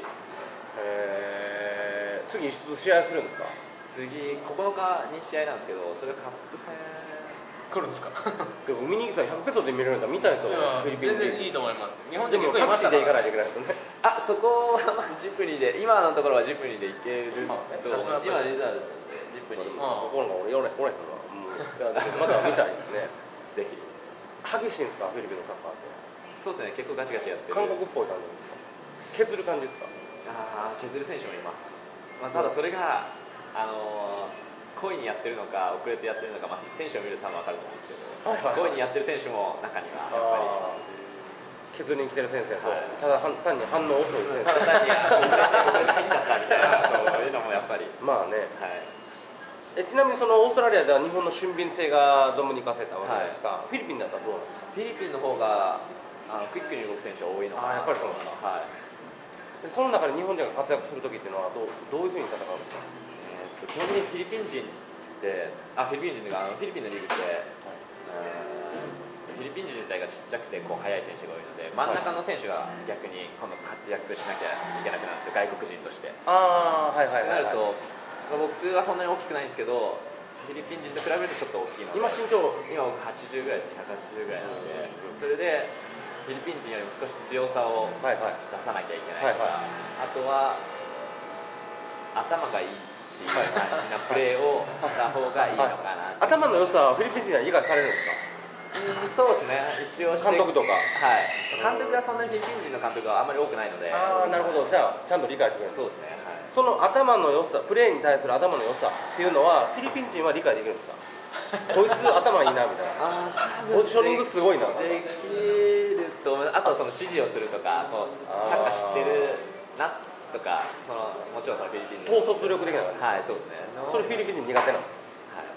えー、次いつ試合するんですか。 次ここのかに試合なんですけど、それカップ戦来るんですか。 でも見に行く人はひゃくペソで見れるんだ見たいと、フィリピン全然いいと思います。日本でもタクシーで行かないといけないですよね。 あ、そこはまあジプニで、今のところはジプニで行けると、今リザードでジプニ、 ここのが俺おれおれへんわ、まだ見たいですね。 ぜひ。 激しいんですか、フィリピンのサッカーって。 そうですね、結構ガチガチやってる。 韓国っぽい感じですか。削る感じですか。 ああ、削る選手もいます。まあ、ただそれが、あのー、故意にやってるのか遅れてやってるのか、まあ、選手を見ると多分分かると思うんですけど、はいはいはい、故意にやってる選手も中にはやっぱり削りに来てる先生と、はい、ただ単に反応遅い先生、 ただ単に遅れて入っちゃったみたいな、そういうのもやっぱりまあね、はい、えちなみにそのオーストラリアでは日本の俊敏性が存分に活かせたわけですが、はい、フィリピンだったらどうなんですか。 フィリピンの方があのクイックに動く選手は多いのかな。 あ、やっぱりそうなんですか。はい、でその中で日本人が活躍するときっていうのはどう、どういうふうに戦うんですか。 えー、と基本的にフィリピン人ってあフィリピン人があのフィリピンのリーグって、はい、フィリピン人自体がちっちゃくてこう速い選手が多いので、真ん中の選手が逆に今度活躍しなきゃいけなくなるんですよ、外国人として。 ああ、はいはいはい、はい、 なると僕はそんなに大きくないんですけど、フィリピン人と比べるとちょっと大きいので、 今身長今僕はちじゅうぐらいですね、ひゃくはちじゅうぐらいなので、それでフィリピン人よりも少し強さを出さなきゃいけないとか、はいはい、あとは頭がいいっていう感じなプレーをした方がいいのかな、はい、 頭の良さはフィリピン人は理解されるんですか。 うん、そうですね、一応監督とか、 はい、監督はそんなにフィリピン人の監督はあんまり多くないので。 ああ、なるほど、じゃあちゃんと理解してくれる。 そうですね、はい、 その頭の良さ、プレーに対する頭の良さっていうのはフィリピン人は理解できるんですか。こいつ頭いいなみたいな、あポジショニングすごいなできると思う。あとはその指示をするとか、こうサッカー知ってるなとか、そのもちろんそのフィリピン統率力的な、 はい、そうですね、 それフィリピン人苦手なんですか。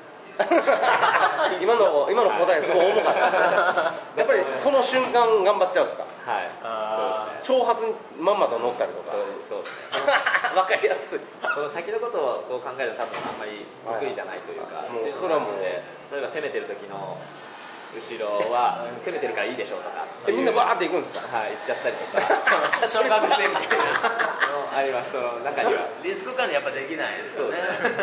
今の今の答えすごい重かったですね。やっぱりその瞬間頑張っちゃうんですか。 はい、 そうですね。挑発にまんまと乗ったりとか。 そうですね。 わかりやすい。 この先のことをこう考えると多分あんまり得意じゃないというか、 はい、もうそれはもう例えば攻めてる時の後ろは攻めてるからいいでしょうとか、 みんなバーって行くんですか。 はい、行っちゃったりとか。 小学生みたいな。 あります。その中にはリスク管理やっぱできないですよね。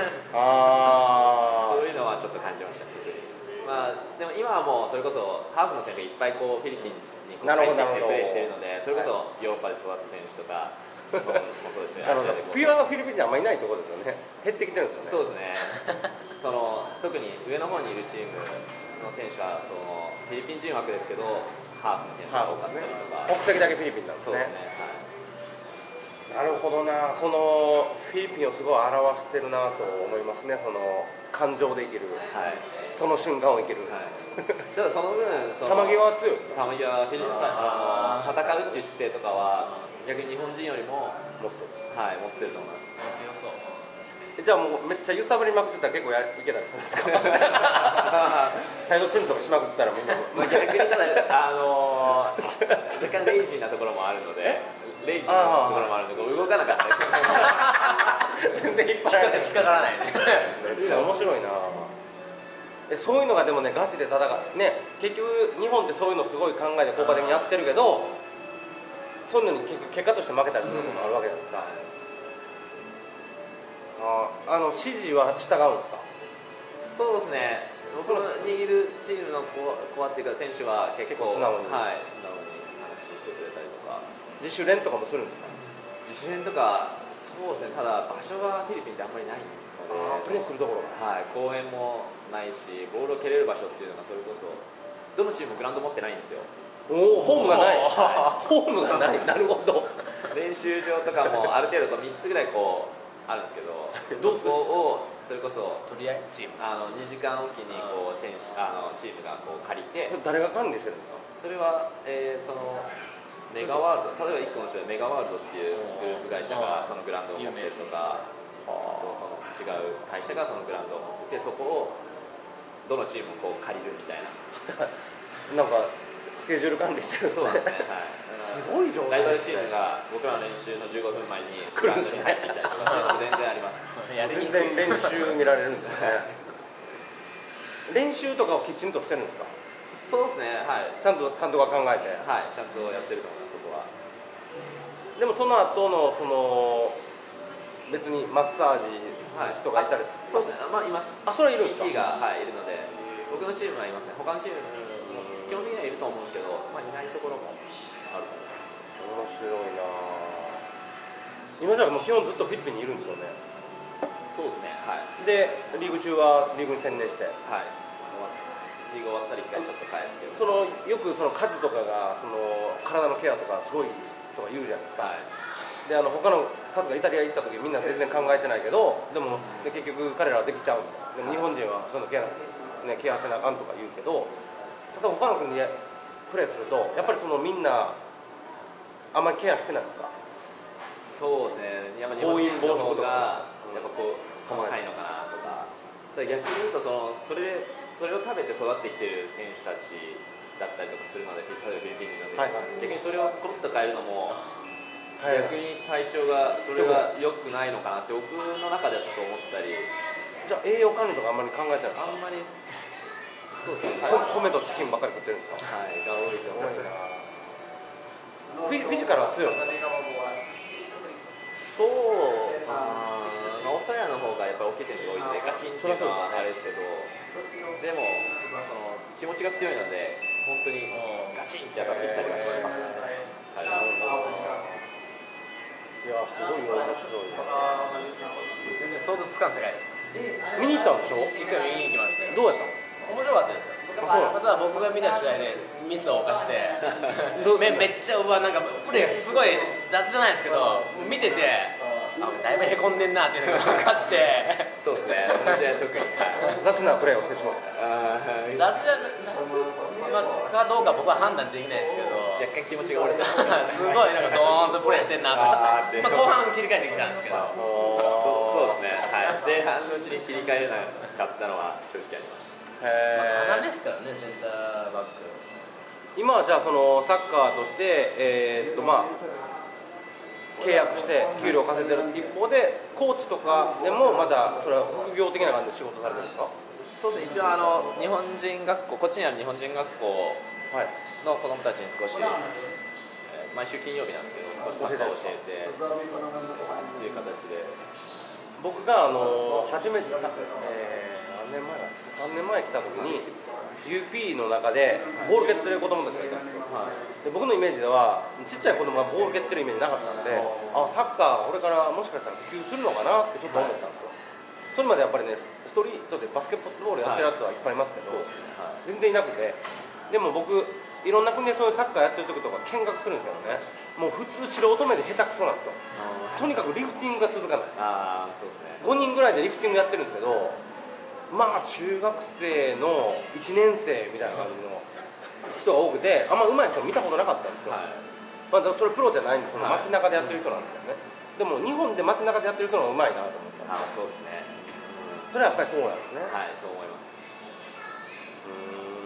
ああ。 そういうのはちょっと感じました。まあでも今はもうそれこそハーフの選手がいっぱいこうフィリピンに帰ってきてプレーしているので、それこそヨーロッパで育った選手とかそうですね。 あの冬はフィリピンであんまりいないところですよね。減ってきてるんですよね。 そうですね。その特に上の方にいるチームの選手はそのフィリピン人枠ですけどハーフの選手が多かったりとか、 国籍だけフィリピンなんですね。 そうですね。 はい、なるほどな。そのフィリピンをすごい表してるなと思いますね。その感情で生きる、はい、その瞬間を生きる。はい、 ただその分その玉際は強いですか？ 玉際はフィリピンあの戦うっていう姿勢とかは逆に日本人よりももっと、 はい、持ってると思います。 強そう。 じゃあもうめっちゃ揺さぶりまくってたら結構やいけたりするんですか？サイドチェンジとかしまくったらみんな、 まあ、逆にただあのー、若干レイジーなところもあるのでレイジーなところもあるので動かなかったり全然引っ張らない、 引っかからないね。 めっちゃ面白いな。えそういうのがでもねガチで戦うね、結局日本ってそういうのすごい考えて効果的にやってるけど、そういうのに結局結果として負けたりすることもあるわけじゃないですか。ああの指示は従うんですか？ そうですね。僕にいるチームの子はっていうか選手は結構素直に、 はい、素直に話してくれたりとか。 自主練とかもするんですか？ 自主練とかそうですね。ただ場所がフィリピンってあんまりないので、 プレーするところが、 はい、公園もないしボールを蹴れる場所っていうのがそれこそどのチームもグラウンド持ってないんですよ。 おお、ホームがない。ホームがない。なるほど。 練習場とかもある程度こうみっつぐらいこうあるんですけど、そこをそれこそとりあえずチームあのにじかんおきにこう選手あのチームがこう借りて、 それ誰が管理してるんですか？ それは、えー、そのメガワールド、例えばいっこの人でメガワールドっていうグループ会社がそのグラウンドを持ってるとか、あとその違う会社がそのグラウンドを持ってて、そこをどのチームもこう借りるみたいななんかスケジュール管理してるんですね。 そうですね、はい、 すごい状態ライバルチームが僕らの練習のじゅうごふんまえにグラウンドに入ってきたりとかそういうのも全然あります。 全然練習見られるんですね。練習とかをきちんとしてるんですか？ そうですね、はい、 ちゃんと監督が考えて、 はい、ちゃんとやってると思います。そこはでもその後のその別にマッサージする人がいたり、はい、 そうですね、まあいます。 あ、それはいるんですか？ ピーティー が、はい、いるので僕のチームはいますね。他のチーム基本的にはいると思うんですけど、まあ、いないところもあると思います。 面白いな。今じゃもう基本ずっとフィリピンにいるんですよね。 そうですね、はい。 でリーグ中はリーグに専念して、 はい、リーグ終わったら一回ちょっと帰って、 そのよくその家事とかがその体のケアとかすごいとか言うじゃないですか、はい、であの他のカズがイタリア行った時みんな全然考えてないけど、でも、ね、結局彼らはできちゃう。でも日本人はそのケア、ね、ケアせなあかんとか言うけど、ただ他の国でプレーするとやっぱりそのみんなあんまりケアしてないんですか？ そうですね、やっぱ日本人の方がやっぱこう細かいのかなとか、逆に言うとそのそれでそれを食べて育ってきてる選手たちだったりとかするので、例えばフィリピンの選手、はいはい、逆にそれをコロッと変えるのも逆に体調がそれが良くないのかなって僕の中ではちょっと思ったり。 じゃあ栄養管理とかあんまり考えてないですか？ あんまりそうですね、 米とチキンばっかり食ってるんですか？ はい、が多いですよね。 フィジカルは強いんですか？ そう、あー、オーストラリアの方がやっぱり大きい選手が多いのでガチンっていうのはあれですけど、でもその気持ちが強いので本当にガチンって当たってきたりはします。はい、 いやすごい面白いです。 全然想像つかん世界です。 見に行ったんでしょ？ 一回見に行きましたよ。 どうやったの？ 面白かったですよ。ただ僕が見た試合でミスを犯してめ, めっちゃうわなんかプレーがすごい雑じゃないですけど、見ててあだいぶへこんでんなっていうのが分かってそうですね、その試合特に雑なプレーをしてしまう。 雑じゃ雑かどうか僕は判断できないですけど、 若干気持ちが折れてすごいなんかドーンとプレーしてんなと思って、まあ、後半切り替えてきたんですけどそ, そうですね、はい、前半のうちに切り替えなかったのは正直ありました。 まあ、要ですからね、センターバック。 今はじゃあそのサッカーとして、えーっとまあ、契約して給料を稼いでる一方でコーチとかでもまだそれは副業的な感じで仕事されてるんですか？ そうですね、一応あの日本人学校、こっちにある日本人学校の子供たちに少し、えー、毎週金曜日なんですけど少しサッカーを教えてっていう形で、僕があの初めてさ、えー何年前ださんねんまえ来た時にユーピー の中でボール蹴ってる子供たちがいたんですよ、はい、で僕のイメージではちっちゃい子供がボール蹴ってるイメージなかったんで、あサッカーこれからもしかしたら普及するのかなってちょっと思ったんですよ、はい、それまでやっぱりねストリートでバスケットボールやってるやつはいっぱいいますけど、はいはい、全然いなくて、でも僕いろんな国でそういうサッカーやってる時とか見学するんですけどね、もう普通素人目で下手くそなんですよ、とにかくリフティングが続かない。 あそうですね、 ごにんぐらいでリフティングやってるんですけど、まあ中学生のいちねん生みたいな感じの人が多くて、あんま上手い人見たことなかったんですよ、はい、まあ、それプロじゃないんですけど、街中でやってる人なんですよね、でも日本で街中でやってる人の方が上手いなと思ったんです。 あそうですね、 それはやっぱりそうなんですね。 はい、そう思います。 うーん、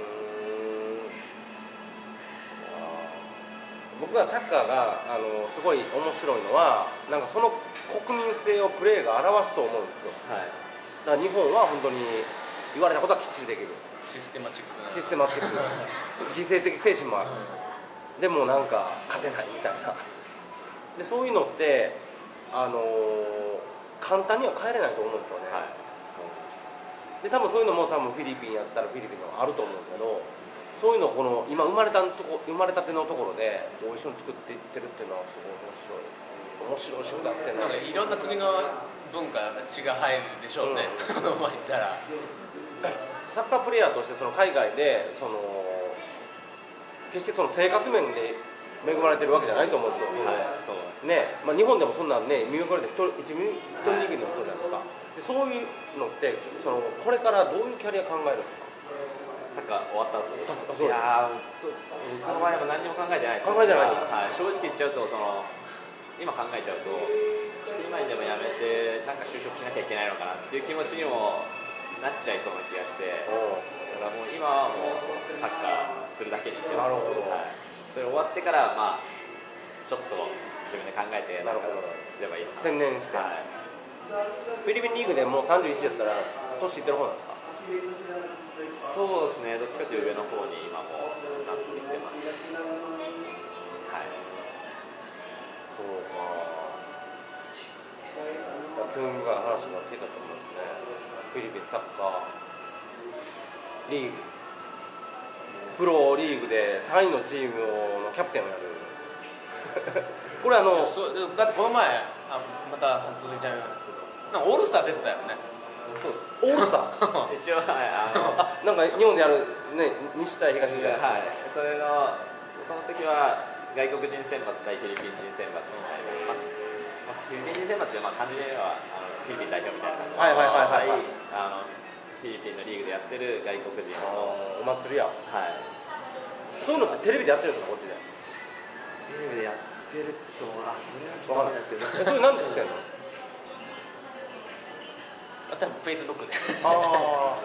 僕はサッカーがあのすごい面白いのは、なんかその国民性をプレーが表すと思うんですよ、はい、だから日本は本当に言われたことはきっちりできる、 システマチックなシステマチック犠牲的精神もある、うん、でもなんか勝てないみたいな、でそういうのってあのー、簡単には変えれないと思うんですよね、はい、そうで多分そういうのも多分フィリピンやったらフィリピンのあると思うんですけど、そういうのをこの今生まれたとこ生まれたてのところで一緒に作っていってるっていうのはすごい面白い面白い仕事やってるな。 なんかいろんな国の文化が血が入るでしょうね、このままいったら。 サッカープレーヤーとしてその海外でその決してその生活面で恵まれてるわけじゃないと思うんですよ、はい、そうですね、まあ、日本でもそんなんね見送られて一人一人握りの人じゃないですか、でそういうのってそのこれからどういうキャリア考えるんですか。 サッカー終わった後ですか。いやー、僕の場合は何も考えてないです。 考えてない、 はい、正直言っちゃうとその今考えちゃうとちょっと今にでもやめてなんか就職しなきゃいけないのかなっていう気持ちにもなっちゃいそうな気がして、だからもう今はもうサッカーするだけにしてます。なるほど、はい、それ終わってからまあちょっと自分で考えてなんかすればいいのかな、 専念して、はい、フィリピンリーグでもうさんじゅういちやったら年いってる方なんですか。 そうですね、どっちかというと上の方に今もなってきてます。はい。 そうか。興味深い話が出たと思いますね。フィリピンサッカーリーグ、プロリーグでさんいのチームのキャプテンをやる。これあの、 そうだってこの前あまた続いちゃいますけど、なんかオールスター出てたよね。 そうです。 オールスター一応、はい、あのあなんか日本でやる、ね、西対東みたいな、 はい、それのその時は外国人選抜対フィリピン人選抜みたいな、まあ、フィリピン人選抜ってまあ漢字ではあのフィリピン代表みたいな感じで、 はいはいはいはい、 あのフィリピンのリーグでやってる外国人のお祭りや、はい、そういうのってテレビでやってるんですか、こっちで。 テレビでやってると、あ、それはちょっとわかんないですけど、 それ何ですか。 多分フェイスブックで。 あ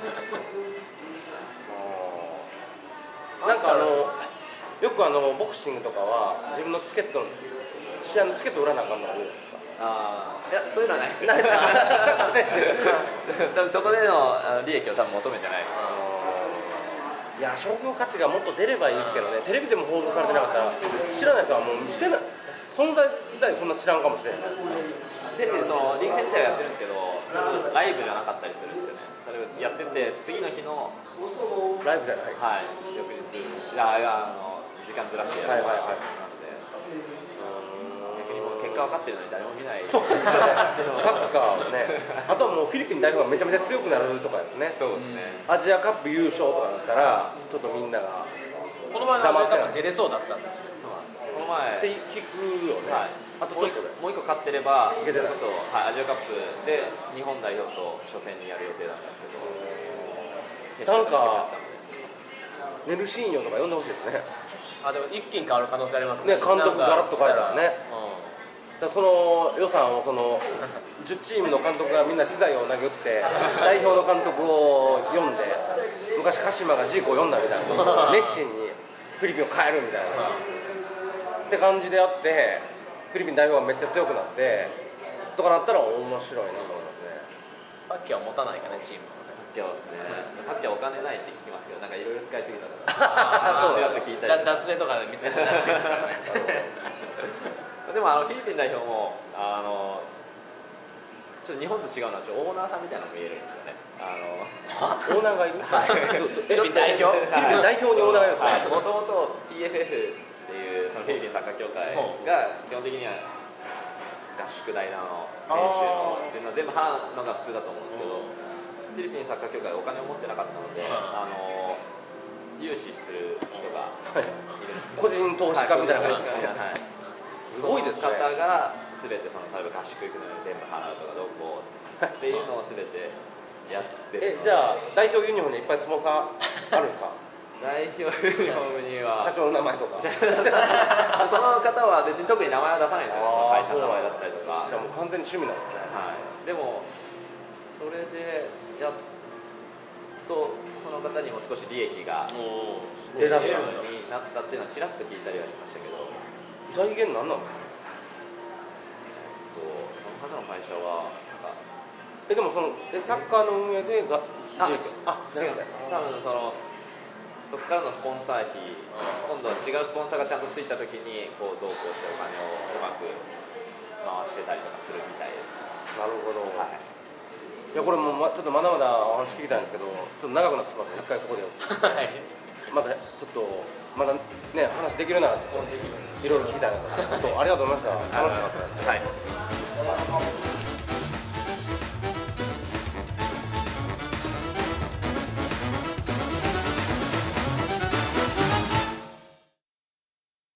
あ。なんかあのよくあのボクシングとかは自分のチケット試合のチケット売らなあかんのが多いですか。 ああ、いやそういうのはないです。ないです多分そこでの利益を多分求めてない。 いや商業価値がもっと出ればいいですけどね、テレビでも報道されてなかったら知らない人はもうしてない、存在自体そんな知らんかもしれない。 テレビでそのリーグ戦自体はやってるんですけど、ライブじゃなかったりするんですよね。例えばやってて次の日のライブじゃない、 はい、翌日ああの時間ずらしてやるとかなので、逆にもう結果分かってるのに誰も見ない。 そうですね。サッカーはね、あとはもうフィリピン代表がめちゃめちゃ強くなるとかですね。 そうですね。 アジアカップ優勝とかだったらちょっとみんながこの前のアジアカップ出れそうだったんですよ。 そうなんですよ。この前って聞くよね。はい。あとちょっともう一個勝ってれば、 それこそ、はい、アジアカップで日本代表と初戦にやる予定だったんですけど、 なんかネルシーニョとか呼んでほしいですね。 あ、でも一気に変わる可能性ありますね。 ね、監督ガラッと変えたらね。だからその予算をそのじゅうチームの監督がみんな資材を投げ打って代表の監督を呼んで、昔鹿島がジーコを呼んだみたいな、熱心にフィリピンを変えるみたいなって感じであって、フィリピン代表がめっちゃ強くなってとかなったら面白いなと思いますね。 パッキャは持たないかね、チーム。 パッキャはですね、パッキャはお金ないって聞きますけど、なんかいろいろ使いすぎたとかそうだと聞いたり、 脱税とかで見つけちゃったらしいですからね。 でもあのフィリピン代表もあのちょっと日本と違うのはちょっとオーナーさんみたいなのも見えるんですよね。あのオーナーがいる。 はい。 フィリピン代表。 フィリピン代表にオーナーがいるんですか。 もともと ピーエフエフ っていうそのフィリピンサッカー協会が基本的には合宿代の選手のっていうのは全部払うのが普通だと思うんですけど、フィリピンサッカー協会はお金を持ってなかったので、あの融資する人がいるんです、 個人投資家みたいな感じですね。 はい、 すごいですね。 その方が全てその例えば合宿行くのに全部払うとかどうこうっていうのを全てやってるので。 えじゃあ代表ユニフォームにいっぱいスポンサーあるんですか。 代表ユニフォームには社長の名前とか。 その方は別に特に名前は出さないんですよ。その会社の名前だったりとか。 じゃあもう完全に趣味なんですね。 はい。でもそれでやっとその方にも少し利益が出るようになったっていうのはちらっと聞いたりはしましたけど。 財源なんなんですか。 その方の会社はなんかえでもそのえサッカーの運営でざあ利益あ違うんです。多分そのそこからのスポンサー費、今度は違うスポンサーがちゃんとついたときにこうどうこうしてお金をうまく回してたりとかするみたいです。 なるほど。 はい。 いやこれもまちょっとまだまだお話聞きたいんですけど、ちょっと長くなってしまって一回ここではい。 またちょっとまだね話できるならちょっといろいろ聞きたいなと。ありがとうございました。楽しかったです。